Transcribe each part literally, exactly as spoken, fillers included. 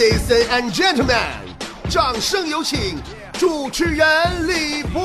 Ladies and gentlemen， 掌声有请主持人李波。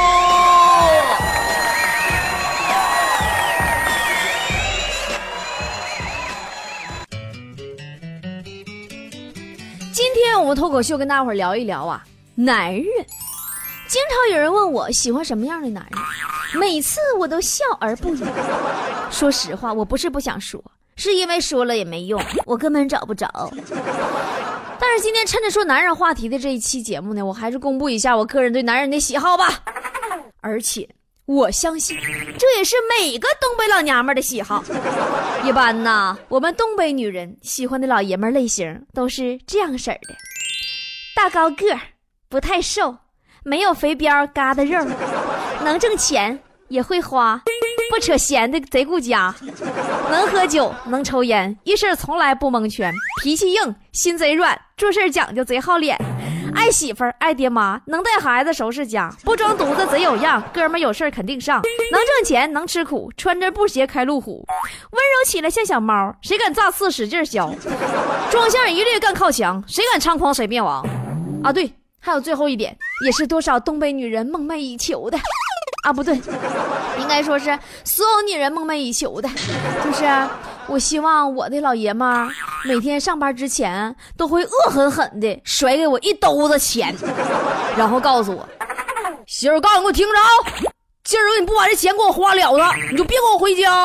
今天我们脱口秀跟大伙儿聊一聊啊，男人。经常有人问我喜欢什么样的男人，每次我都笑而不语。说实话，我不是不想说，是因为说了也没用，我根本找不着。但是今天趁着说男人话题的这一期节目呢，我还是公布一下我个人对男人的喜好吧。而且我相信这也是每个东北老娘们的喜好。一般呢，我们东北女人喜欢的老爷们类型都是这样式儿的：大高个，不太瘦，没有肥膘嘎的肉，能挣钱也会花，不扯闲的贼顾家，能喝酒能抽烟，遇事从来不蒙圈，脾气硬心贼软，做事讲究贼好脸，爱媳妇儿爱爹妈，能带孩子收拾家，不装犊子贼有样，哥们有事肯定上，能挣钱能吃苦，穿着布鞋开路虎，温柔起来像小猫，谁敢炸刺使劲削，装相一律干靠墙，谁敢猖狂谁灭亡啊！对，还有最后一点，也是多少东北女人梦寐以求的啊，不对，应该说是所有女人梦寐以求的，就是我希望我的老爷们儿每天上班之前都会恶狠狠的甩给我一兜子钱，然后告诉我，媳妇儿，告诉你给我听着啊，今儿你不把这钱给我花了的，你就别给我回家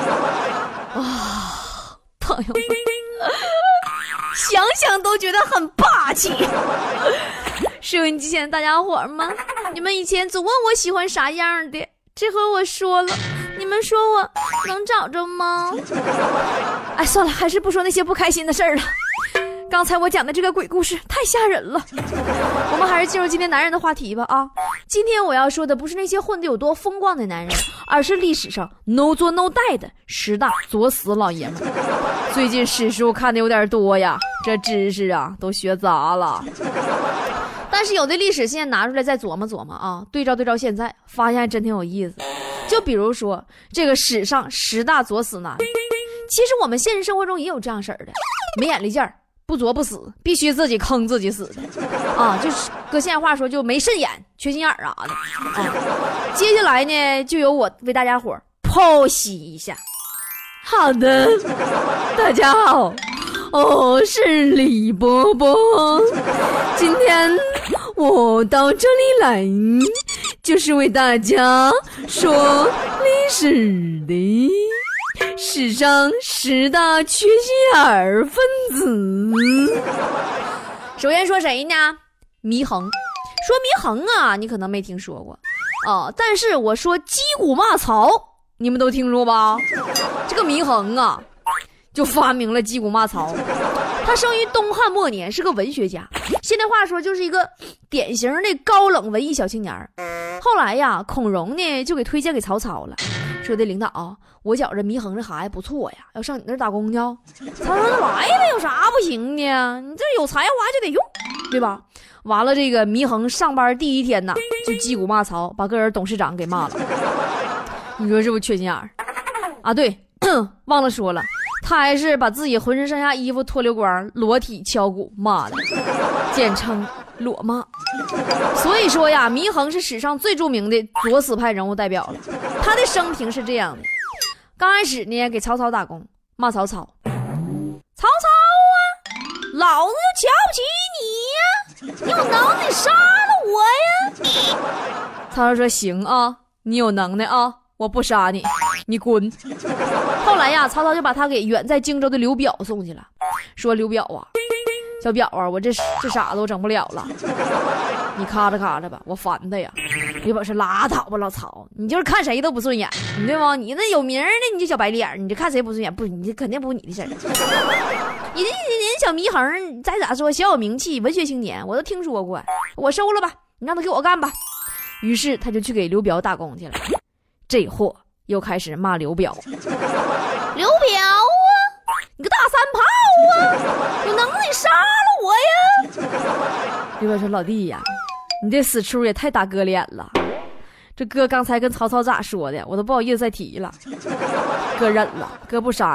啊！朋友们，想想都觉得很霸气。收音机前的大家伙们，你们以前总问我喜欢啥样的，这回我说了，你们说我能找着吗？哎，算了，还是不说那些不开心的事儿了。刚才我讲的这个鬼故事太吓人了，我们还是进入今天男人的话题吧啊！今天我要说的不是那些混得有多风光的男人，而是历史上 no 作 no die 的十大作死老爷们。最近史书看的有点多呀，这知识啊都学杂了。但是有的历史现在拿出来再琢磨琢磨啊，对照对照现在，发现还真挺有意思。就比如说这个史上十大作死男，其实我们现实生活中也有这样式儿的，没眼力劲儿，不作不死，必须自己坑自己死的啊，就是搁现在话说就没肾眼、缺心眼儿啥的啊。接下来呢，就由我为大家伙剖析一下。好的，大家好。我是李波波，今天我到这里来就是为大家说历史的史上十大缺心眼儿分子。首先说谁呢？祢衡。说祢衡啊，你可能没听说过啊，但是我说击鼓骂曹，你们都听说吧？这个祢衡啊就发明了击鼓骂曹。他生于东汉末年，是个文学家，现在话说就是一个典型的高冷文艺小青年。后来呀，孔融呢就给推荐给曹操了，说的领导啊，我觉着祢衡这孩子不错呀，要上你那儿打工去。曹操说来了，有啥不行的？你这有才华就得用，对吧？完了，这个祢衡上班第一天呢，就击鼓骂曹，把个人董事长给骂了。你说是不是缺心眼儿啊？对，忘了说了。他还是把自己浑身上下衣服脱溜光，裸体敲鼓骂的，简称裸骂。所以说呀，祢衡是史上最著名的作死派人物代表了。他的生平是这样的：刚开始呢，给曹操打工，骂曹操，曹操啊，老子就瞧不起你呀，你有能耐杀了我呀！曹操说行啊，你有能耐啊，我不杀你，你滚。后来呀，曹操就把他给远在荆州的刘表送去了，说刘表啊，小表啊，我这这傻子我整不了了，你咔嚓咔嚓吧，我烦他呀。刘表说拉倒吧，老曹，你就是看谁都不顺眼，你对吗？你那有名的你就小白脸，你就看谁不顺眼，不，你肯定不是你的事儿。你这人小祢衡再咋说小有名气，文学青年，我都听说过，我收了吧，你让他给我干吧。于是他就去给刘表打工去了。这货又开始骂刘表，刘表啊，你个大三炮啊，有能耐杀了我呀！刘表说老弟呀，你这死出也太打哥脸了，这哥刚才跟曹操咋说的，我都不好意思再提了。哥忍了，哥不杀你，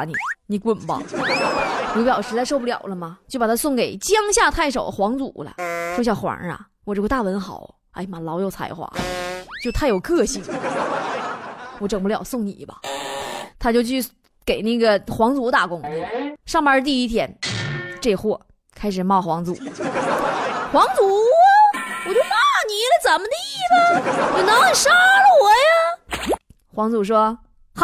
你滚吧。刘表实在受不了了嘛，就把他送给江夏太守黄祖了，说小皇啊，我这个大文豪，哎呀妈，老有才华，就太有个性，我整不了，送你吧。他就去给那个皇祖打工，上班第一天，这货开始骂皇祖，皇祖我就骂你了，怎么地了？你能杀了我呀？皇祖说好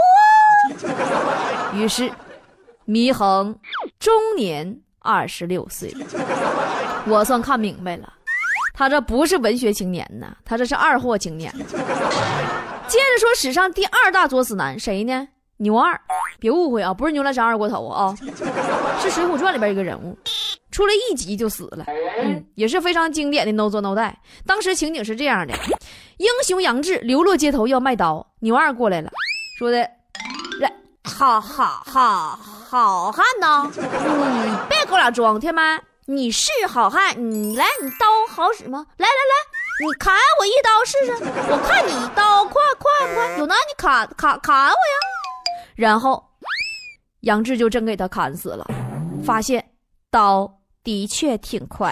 啊。于是祢衡终年二十六岁，我算看明白了，他这不是文学青年呢，他这是二货青年。接着说史上第二大作死男谁呢？牛二。别误会啊，不是牛栏山二锅头啊，是水浒传里边一个人物，出了一集就死了。嗯，也是非常经典的 no 作 no die。当时情景是这样的，英雄杨志流落街头要卖刀，牛二过来了，说的好好好好汉呢，你别给我俩装，天妈，你是好汉，你来，你刀好使吗？来来来，你砍我一刀试试，我看你刀快快不快？有难你砍砍砍我呀！然后杨志就真给他砍死了，发现刀的确挺快。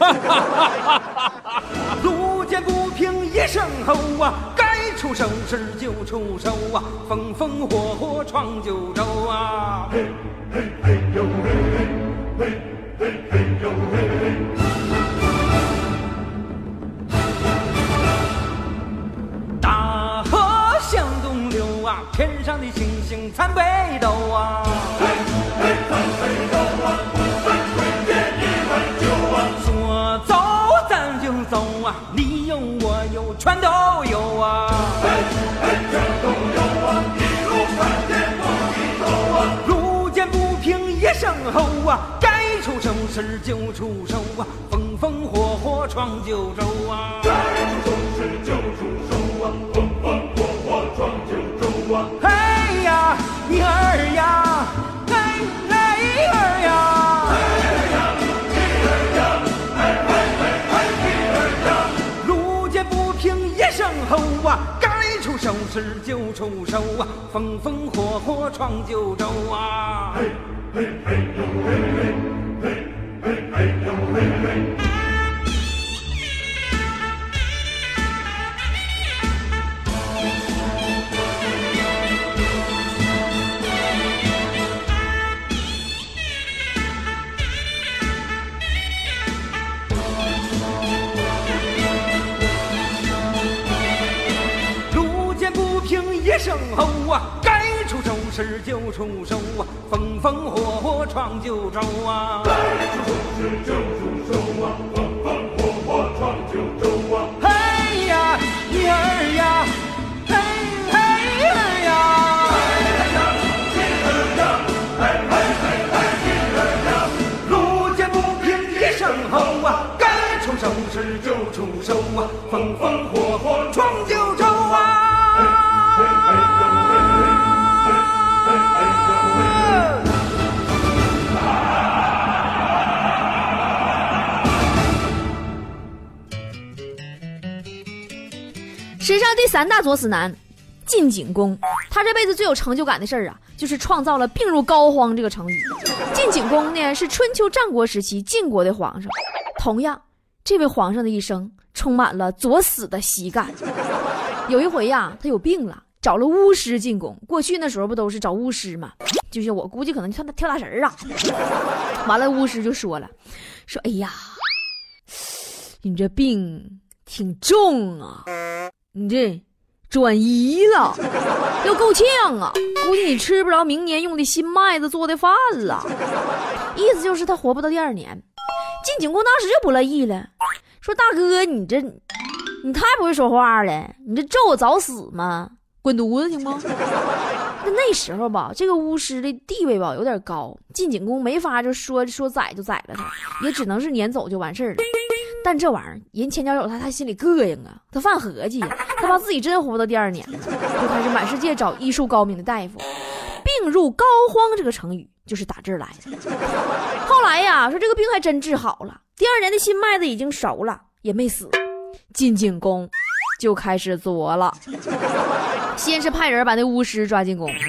路见不平一声吼啊，该出手时就出手啊，风风火火闯九州啊。嘿嘿嘿呦嘿，嘿嘿嘿呦嘿。大河向东流啊，天上的星星参北斗啊。嘿嘿参北斗啊，不分贵贱一碗酒啊。说走咱就走啊，你有我有全都有啊。嘿嘿全都有啊，一路看见不低头啊。路见不平一声吼啊，该出手时就出手啊，风风火火闯九州啊。该出手时就出手啊，风风火火闯九州啊。嘿呀，你儿呀，嘿嘿儿呀，嘿呀，你儿呀，嘿嘿嘿嘿你儿呀。路见不平一声吼啊，该出手时就出手啊，风风火火闯九州啊。嘿嘿嘿呦嘿嘿，嘿嘿嘿呦嘿嘿。一声吼啊，该出手时就出手啊，风风火火闯九州啊。该出手时就出手啊，风风火火闯九州啊。嘿呀，你儿呀，嘿嘿儿呀，嘿呀，你儿呀，嘿嘿嘿嘿你儿呀。路见不平一声吼啊，该出手时就出手啊，风风火火闯九州啊。 史上第三大作死男晋景公，他这辈子最有成就感的事儿啊，就是创造了病入膏肓这个成语。晋景公呢是春秋战国时期晋国的皇上，同样这位皇上的一生充满了作死的喜感。有一回呀，他有病了，找了巫师进宫。过去那时候不都是找巫师吗？就是我估计可能跳跳大神啊。完了，巫师就说了，说哎呀，你这病挺重啊，你这转移了，要够呛啊，估计你吃不着明年用的新麦子做的饭了。意思就是他活不到第二年。晋景公当时就不乐意了，说大哥，你这你太不会说话了，你这咒我早死吗？滚犊子行吗？那那时候吧，这个巫师的地位吧有点高，晋景公没法就说说宰就宰了他，也只能是撵走就完事儿了。但这玩意儿人前脚有他，他心里膈应啊，他犯合计，他怕自己真活不到第二年了，就开始满世界找医术高明的大夫。病入膏肓这个成语就是打这儿来的。后来呀，说这个病还真治好了，第二年的新麦子已经熟了，也没死。晋景公就开始作了，先是派人把那巫师抓进宫，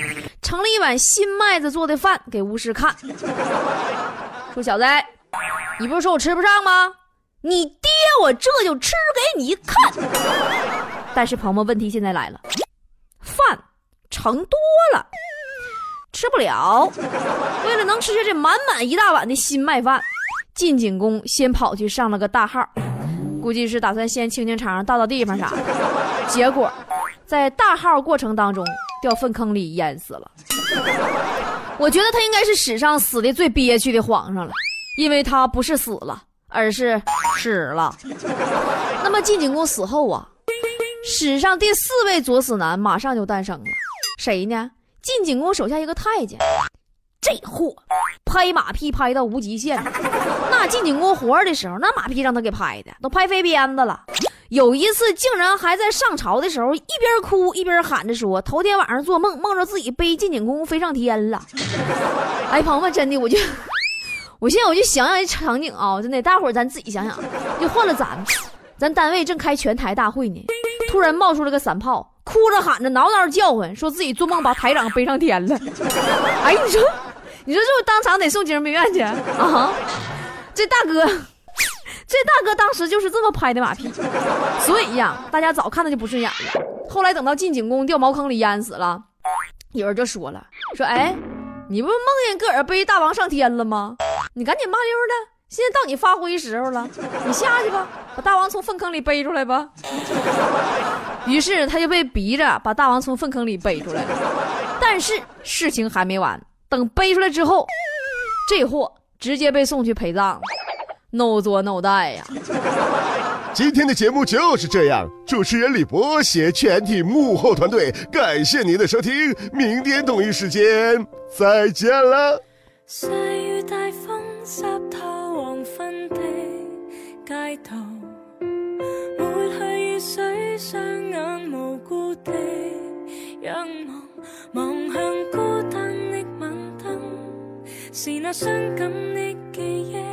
盛了一碗新麦子做的饭给巫师看，说小子，你不是说我吃不上吗？你爹我这就吃给你看。但是朋友们，问题现在来了，饭盛多了吃不了，为了能吃下这满满一大碗的新麦饭，晋景公先跑去上了个大号，估计是打算先清清场倒倒地方啥的，结果在大号过程当中掉粪坑里淹死了。我觉得他应该是史上死的最憋屈的皇上了，因为他不是死了，而是死了。那么晋景公死后啊，史上第四位左死男马上就诞生了，谁呢？晋景公手下一个太监，这货拍马屁拍到无极限了。那晋景公活着的时候，那马屁让他给拍的都拍飞鞭子了。有一次竟然还在上朝的时候，一边哭一边喊着说，头天晚上做梦，梦着自己背晋景公飞上天了。哎，朋友们，真的，我就我现在我就想想这场景啊，真的，大伙儿咱自己想想，就换了咱，咱单位正开全台大会呢，突然冒出了个散炮，哭着喊着，挠挠叫唤，说自己做梦把台长背上天了。哎，你说，你说这当场得送精神病院去啊！这大哥。这大哥当时就是这么拍的马屁，所以呀，大家早看他就不顺眼了。后来等到晋景公掉茅坑里淹死了，有人就说了，说哎，你不是梦见个儿背大王上天了吗？你赶紧麻溜的，现在到你发挥时候了，你下去吧，把大王从粪坑里背出来吧。于是他就被逼着把大王从粪坑里背出来了。但是事情还没完，等背出来之后，这货直接被送去陪葬了。no 作 no 带呀！ 今天的节目就是这样，主持人李博携全体幕后团队，感谢您的收听，明天同一时間再見啦！ 細雨大風濕透黃昏的街道，抹去雨水，雙眼無辜地仰望，望向孤單的晚燈，是那傷感的記憶。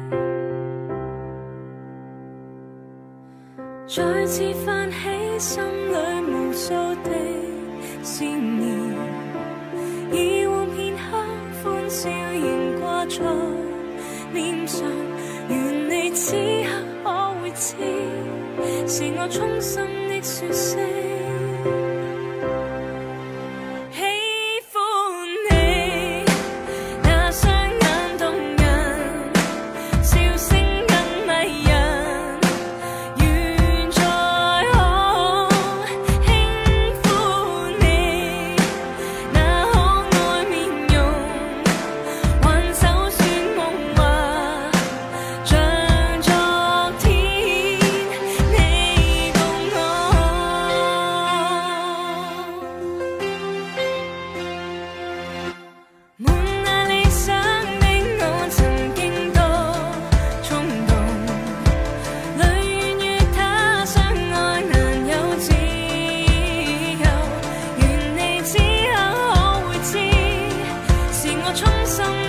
再次泛起心裏無數的思念，以往片刻歡笑仍掛在臉上，願你此刻可會知，是我衷心的說聲。衷心